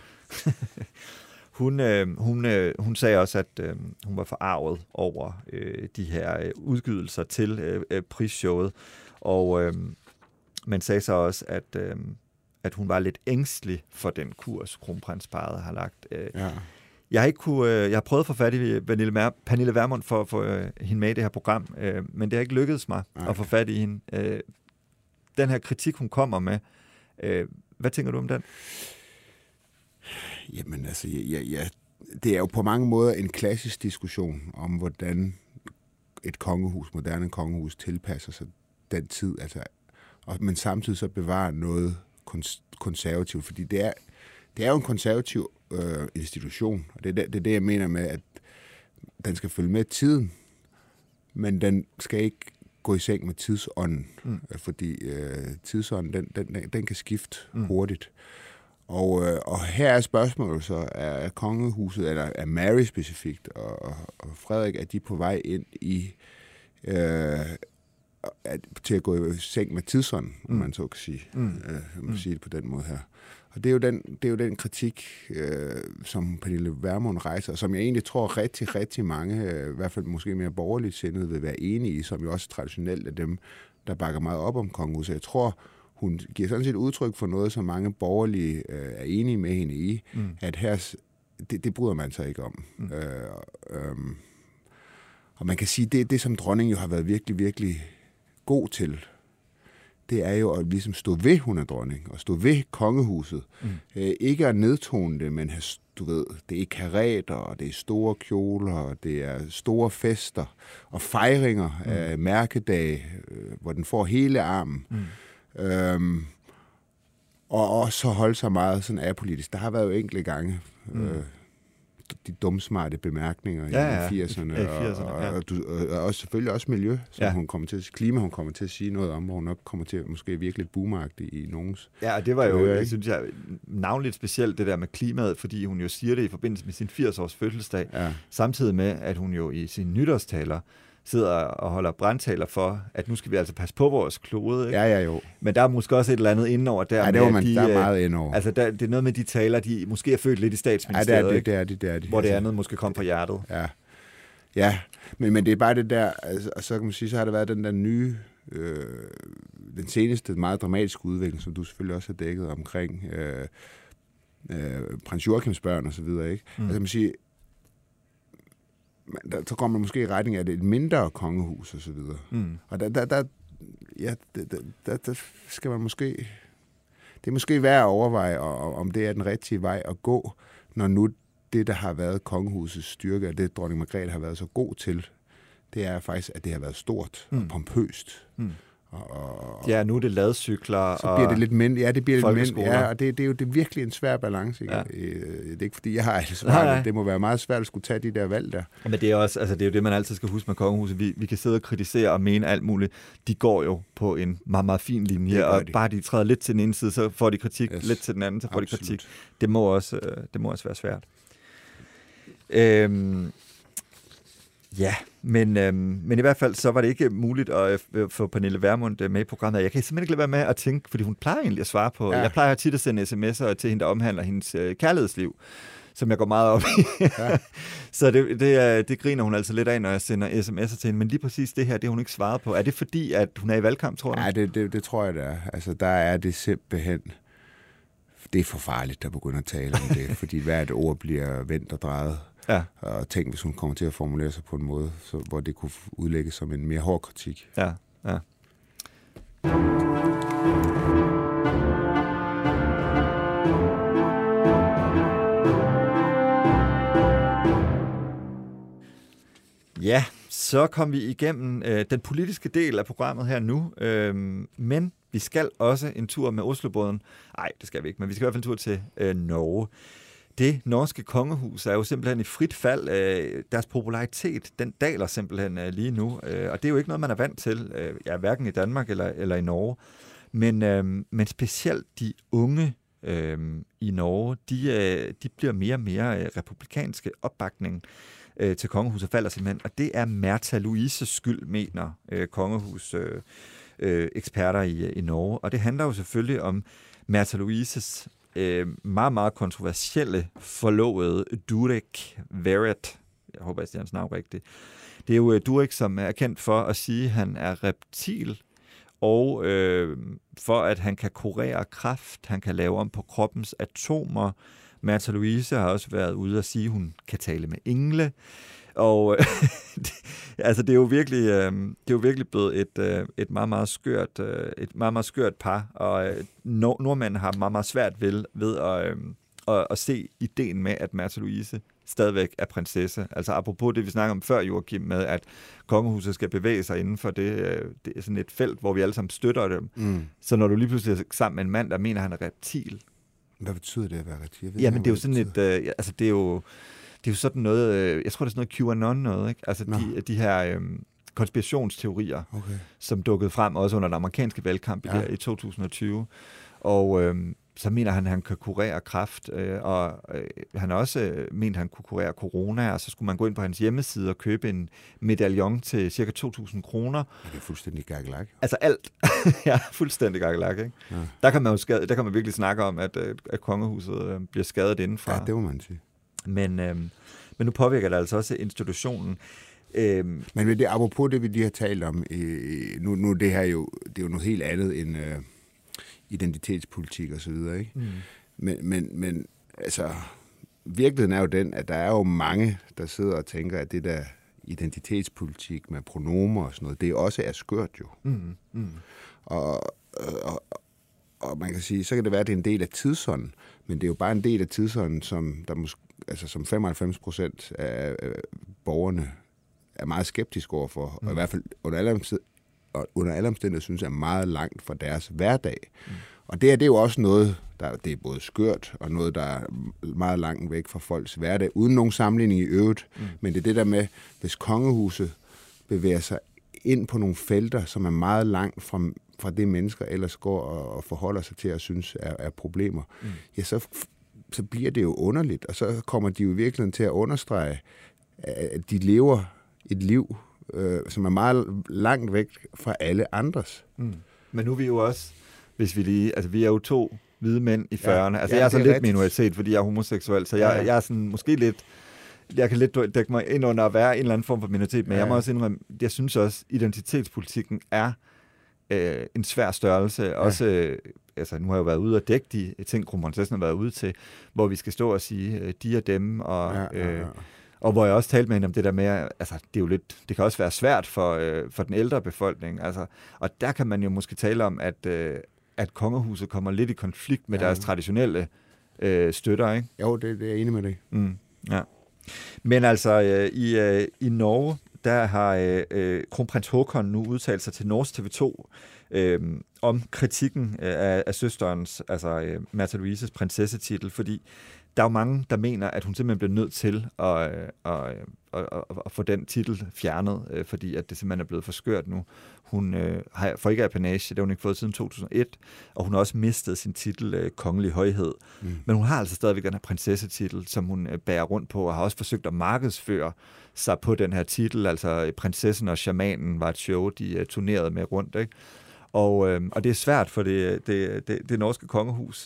Hun sagde også, at hun var forarvet over de her udgydelser til prisshowet, og man sagde så også, at hun var lidt ængstelig for den kurs, kronprinsparet har lagt. Ja. Jeg har prøvet at få fat i Pernille Vermund for at få hende med i det her program, men det har ikke lykkedes mig at få fat i hende. Den her kritik, hun kommer med, hvad tænker du om den? Jamen altså, det er jo på mange måder en klassisk diskussion om, hvordan et moderne kongehus tilpasser sig den tid, altså, men samtidig så bevarer noget konservativt, fordi det er jo en konservativ institution, og det er det, jeg mener med, at den skal følge med tiden, men den skal ikke gå i seng med tidsånden, fordi tidsånden, den kan skifte hurtigt. Og her er spørgsmålet så, er kongehuset, eller er Mary specifikt, og Frederik, er de på vej ind i til at gå i seng med tidsånden, om man så kan sige, man sige det på den måde her. Og det er jo den kritik, som Pernille Vermund rejser, og som jeg egentlig tror rigtig, rigtig mange, i hvert fald måske mere borgerligt sindede, vil være enige i, som jo også traditionelt er dem, der bakker meget op om kongehuset. Jeg tror, hun giver sådan set udtryk for noget, som mange borgerlige er enige med hende i, at her, det bryder man sig ikke om. Og man kan sige, det som dronningen jo har været virkelig, virkelig god til, det er jo at ligesom stå ved, hun er dronning, og stå ved kongehuset. Ikke at nedtone det, men du ved, det er kareter, og det er store kjoler, og det er store fester, og fejringer af mærkedage, hvor den får hele armen. Og også holde sig meget sådan apolitisk. Der har været jo enkelte gange de dumsmarte bemærkninger i 80'erne, og også, selvfølgelig også miljø, som hun kommer til, klima, hun kommer til at sige noget om, hvor hun nok kommer til at måske virkelig lidt boomagtigt i nogens. Ja, og det var jo, jeg synes jeg, navnligt specielt det der med klimaet, fordi hun jo siger det i forbindelse med sin 80-års fødselsdag, samtidig med, at hun jo i sine nytårstaler sidder og holder brandtaler for, at nu skal vi altså passe på vores klode. Ikke? Ja, jo. Men der er måske også et eller andet indenover der. Ja, der er meget indenover. Altså, det er noget med de taler, de måske er født lidt i statsministeriet. Ja, det er de. Hvor det andet måske kom fra hjertet. Ja. Men det er bare det der, altså, så kan man sige, så har der været den der nye, den seneste meget dramatiske udvikling, som du selvfølgelig også har dækket omkring prins Joachims børn og så videre, ikke? Altså, man siger, så kommer man måske i retning af et mindre kongehus og så videre. Og der skal man måske, det er måske værd at overveje, om det er den rigtige vej at gå, når nu det, der har været kongehusets styrke, og det dronning Margrethe har været så god til, det er faktisk, at det har været stort og pompøst. Ja, nu er det ladcykler. Så bliver det lidt mindre. Ja, det bliver lidt mindre. Ja, og det er jo virkelig en svær balance. Ikke? Ja. Det er ikke fordi, jeg har det svært. Det må være meget svært at skulle tage de der valg der. Men det er også, altså det er jo det, man altid skal huske med kongehuset. Vi kan sidde og kritisere og mene alt muligt. De går jo på en meget, meget fin linje, og bare de træder lidt til den ene side, så får de kritik, lidt til den anden, så får de kritik. Det må også være svært. Ja, men i hvert fald så var det ikke muligt at få Pernille Vermund med i programmet. Jeg kan simpelthen ikke lade være med at tænke, fordi hun plejer egentlig at svare på. Jeg plejer tit at sende sms'er til hende, der omhandler hendes kærlighedsliv, som jeg går meget op i. Så det griner hun altså lidt af, når jeg sender sms'er til hende. Men lige præcis det her, det har hun ikke svaret på. Er det fordi, at hun er i valgkamp, tror du? Ja, det tror jeg, det er. Altså, der er det simpelthen... Det er for farligt at begynde at tale om det, fordi hvert ord bliver vendt og drejet. Ja. Og tænk, hvis hun kommer til at formulere sig på en måde, hvor det kunne udlægges som en mere hård kritik. Ja. Ja, så kom vi igennem den politiske del af programmet her nu, men Vi skal også en tur med Oslobåden. Nej, det skal vi ikke, men vi skal i hvert fald en tur til Norge. Det norske kongehus er jo simpelthen i frit fald. Deres popularitet, den daler simpelthen lige nu. Og det er jo ikke noget, man er vant til, hverken i Danmark eller i Norge. Men specielt de unge i Norge, de bliver mere og mere republikanske. Opbakningen til kongehuset falder simpelthen. Og det er Märtha Louises skyld, mener kongehus eksperter i Norge. Og det handler jo selvfølgelig om Märtha Louises meget, meget kontroversielle forlovede Durek Verrett. Jeg håber, jeg siger hans navn rigtigt. Det er jo Durek, som er kendt for at sige, at han er reptil, og for at han kan kurere kræft, han kan lave om på kroppens atomer. Märtha Louise har også været ude at sige, at hun kan tale med engle. Og altså det er jo virkelig blevet et meget, meget skørt par, og nordmænd har meget, meget svært ved at se ideen med, at Märtha Louise stadigvæk er prinsesse. Altså apropos det, vi snakker om før, Joachim, med at kongehuset skal bevæge sig inden for det er sådan et felt, hvor vi alle sammen støtter dem. Så når du lige pludselig er sammen med en mand, der mener, han er reptil. Hvad betyder det at være reptil? Jamen det er jo sådan det er jo sådan noget, jeg tror, det er sådan noget QAnon noget, ikke? Altså de her konspirationsteorier, som dukkede frem også under den amerikanske valgkamp i 2020. Og så mener han, at han kan kurere kræft, og han også mente, at han kunne kurere corona, og så skulle man gå ind på hans hjemmeside og købe en medaljon til ca. 2.000 kroner. Ja, det er fuldstændig gakkelak. Altså alt. Ja, fuldstændig gakkelak, ikke? Ja. Der kan man virkelig snakke om, at kongehuset bliver skadet indenfra. Ja, det må man sige. Men nu påvirker det altså også institutionen. Men det apropos det, vi lige har talt om, nu det her jo, det er jo noget helt andet end identitetspolitik og så videre, ikke? Men altså, virkeligheden er jo den, at der er jo mange, der sidder og tænker, at det der identitetspolitik med pronomer og sådan noget, det også er skørt jo. Og man kan sige, så kan det være, at det er en del af tidsånden, men det er jo bare en del af tidsånden, som der som 95% af borgerne er meget skeptiske overfor, og i hvert fald under alle omstændigheder synes er meget langt fra deres hverdag. Og det er jo også noget, det er både skørt, og noget, der er meget langt væk fra folks hverdag, uden nogen sammenligning i øvrigt. Men det er det der med, hvis kongehuset bevæger sig ind på nogle felter, som er meget langt fra det, mennesker ellers går og forholder sig til at synes er problemer, ja, så bliver det jo underligt, og så kommer de jo virkelig til at understrege, at de lever et liv, som er meget langt væk fra alle andres. Men nu er vi jo også, hvis vi lige, altså vi er jo 2 hvide mænd i 40'erne. Altså jeg er så lidt minoritet, fordi jeg er homoseksuel, så jeg er sådan måske lidt, jeg kan lidt dække mig ind under at være en eller anden form for minoritet, men jeg må også indrømme, jeg synes også, identitetspolitikken er en svær størrelse. Også, altså nu har jeg jo været ude og dække de ting, kronprinsessen har været ude til, hvor vi skal stå og sige, de er dem, og og hvor jeg også talte med hende om det der med, altså det er jo lidt, det kan også være svært for den ældre befolkning, altså, og der kan man jo måske tale om, at kongehuset kommer lidt i konflikt med deres traditionelle støtter, ikke? Jo, det er jeg enig med dig. Ja. Men altså, i Norge, der har kronprins Håkon nu udtalt sig til Norsk TV2 om kritikken af søsterens, altså Märtha Louises prinsessetitel, fordi der er jo mange, der mener, at hun simpelthen bliver nødt til at få den titel fjernet, fordi at det simpelthen er blevet for skørt nu. Hun får ikke apanage, det har hun ikke fået siden 2001, og hun har også mistet sin titel kongelig højhed. Men hun har altså stadigvæk den her prinsessetitel, som hun bærer rundt på, og har også forsøgt at markedsføre sig på den her titel. Altså Prinsessen og Shamanen var et show, de turnerede med rundt, ikke? Og det er svært for det norske kongehus.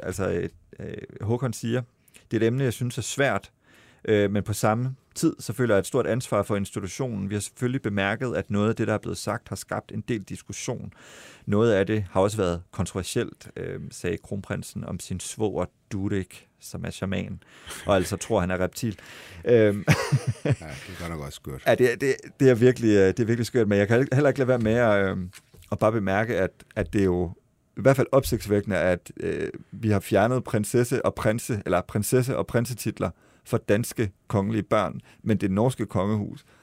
Håkon siger, det er et emne, jeg synes er svært, men på samme tid så føler jeg et stort ansvar for institutionen. Vi har selvfølgelig bemærket, at noget af det, der er blevet sagt, har skabt en del diskussion. Noget af det har også været kontroversielt, sagde kronprinsen om sin svoger Durek, som er shaman, og altså tror, han er reptil. Ja, det er godt nok også skørt. Ja, det er virkelig skørt, men jeg kan heller ikke lade være med at bare bemærke, at det er jo i hvert fald opsigtsvækkende, at vi har fjernet prinsesse og prinsetitler for danske kongelige børn, men det norske kongehus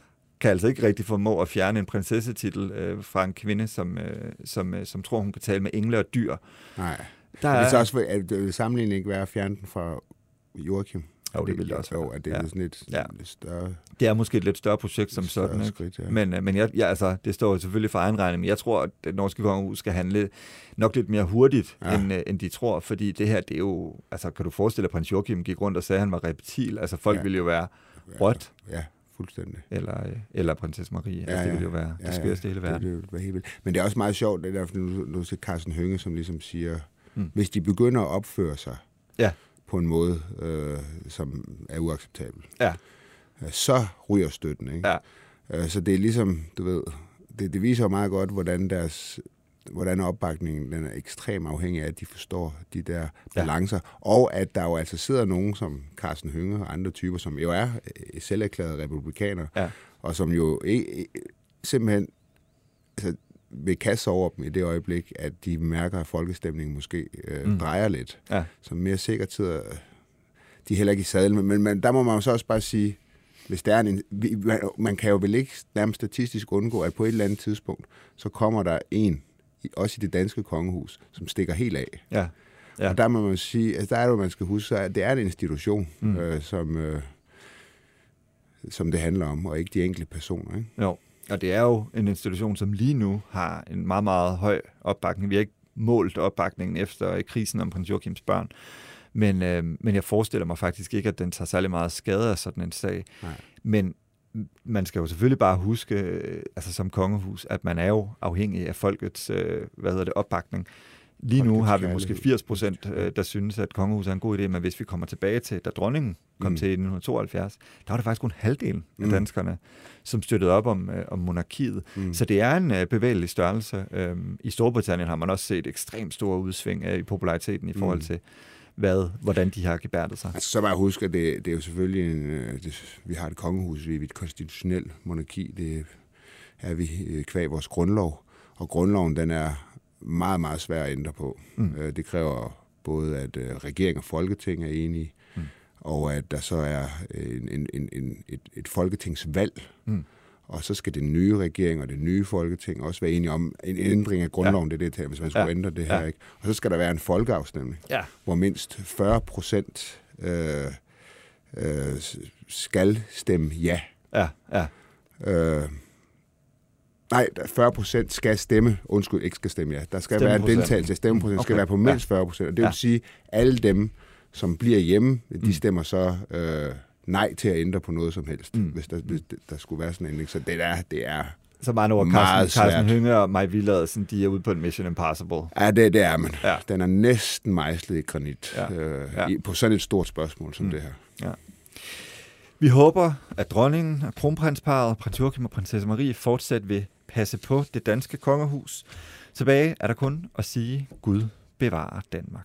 kan altså ikke rigtig formå at fjerne en prinsessetitel fra en kvinde, som tror, hun kan tale med engle og dyr. Nej. Det er så også, at det vil sammenligning ikke være at fjerne den fra Joachim. Jo, det vil det også være. At det er sådan lidt større... Det er måske et lidt større projekt som sådan. Skridt, ja. Men altså, det står selvfølgelig for egen regning, men jeg tror, at det norske kongehus skal handle nok lidt mere hurtigt, end de tror, fordi det her, det er jo... Altså, kan du forestille dig, at prins Joachim gik rundt og sagde, at han var reptil? Altså, folk ville jo være rødt. Ja, fuldstændig. Eller prinsesse Marie. Altså, det ville jo være det skørste hele verden. Det ville være helt vildt. Men det er også meget sjovt, det der, nu ser Karsten Hønge, som ligesom siger, hvis de begynder at opføre sig på en måde, som er uacceptabel, så ryger støtten, ikke? Ja. Så det er ligesom, du ved, det viser jo meget godt, hvordan opbakningen den er ekstremt afhængig af, at de forstår de der balancer, og at der jo altså sidder nogen som Karsten Hønge og andre typer, som jo er selverklærede republikanere, og som jo simpelthen altså, vil kaste over dem i det øjeblik, at de mærker, at folkestemningen måske drejer lidt. Ja. Så mere sikkert sidder de heller ikke i sadel. Men der må man jo så også bare sige, hvis der er man kan jo vel ikke nærmest statistisk undgå, at på et eller andet tidspunkt, så kommer der en, også i det danske kongehus, som stikker helt af. Ja. Ja. Og der må man sige, altså der er det, man skal huske, at det er en institution, som det handler om, og ikke de enkelte personer. Ikke? Jo. Og det er jo en institution, som lige nu har en meget, meget høj opbakning. Vi har ikke målt opbakningen efter krisen om prins Joachims børn. Men jeg forestiller mig faktisk ikke, at den tager særlig meget skade af sådan en sag. Nej. Men man skal jo selvfølgelig bare huske, altså som kongehus, at man er jo afhængig af folkets opbakning. Lige nu har vi måske 80%, der synes, at kongehuset er en god idé, men hvis vi kommer tilbage til, da dronningen kom til i 1972, der var det faktisk kun halvdelen af danskerne, som støttede op om monarkiet. Så det er en bevægelig størrelse. I Storbritannien har man også set ekstremt store udsving i populariteten i forhold til, hvordan de har gebærdet sig. Altså, så bare huske, at det er jo selvfølgelig vi har et kongehus, vi er et konstitutionelt monarki, det er vi kvæg vores grundlov, og grundloven den er meget, meget svært at ændre på. Det kræver både, at regering og folketing er enige, og at der så er et folketingsvalg, og så skal den nye regering og det nye folketing også være enige om en ændring af grundloven, det er det, hvis man skulle ændre det her. Ikke? Og så skal der være en folkeafstemning, hvor mindst 40% skal stemme ja. Nej, 40% skal stemme. Undskyld, ikke skal stemme ja. Der skal være en deltagelse. Stemmeprocent skal være på mindst 40%. Og det vil sige, at alle dem, som bliver hjemme, de stemmer så nej til at ændre på noget som helst, hvis der skulle være sådan en ændring. Så det er så meget over Karsten Hønge og Maj Villadsen, de er ude på en Mission Impossible. Ja, det er man. Ja. Den er næsten mejslet i granit på sådan et stort spørgsmål som det her. Ja. Vi håber, at dronningen og kronprinsparret, prins Joachim og prinsesse Marie, fortsat vil passe på det danske kongehus. Tilbage er der kun at sige, Gud bevarer Danmark.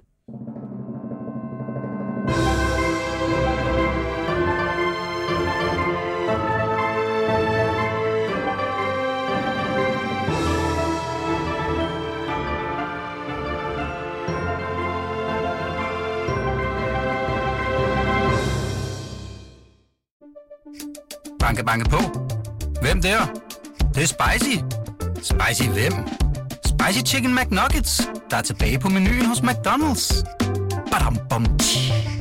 Banke, banke på. Hvem der? Det er spicy. Spicy hvem? Spicy Chicken McNuggets, der er tilbage på menuen hos McDonald's. Badum, bom, tji.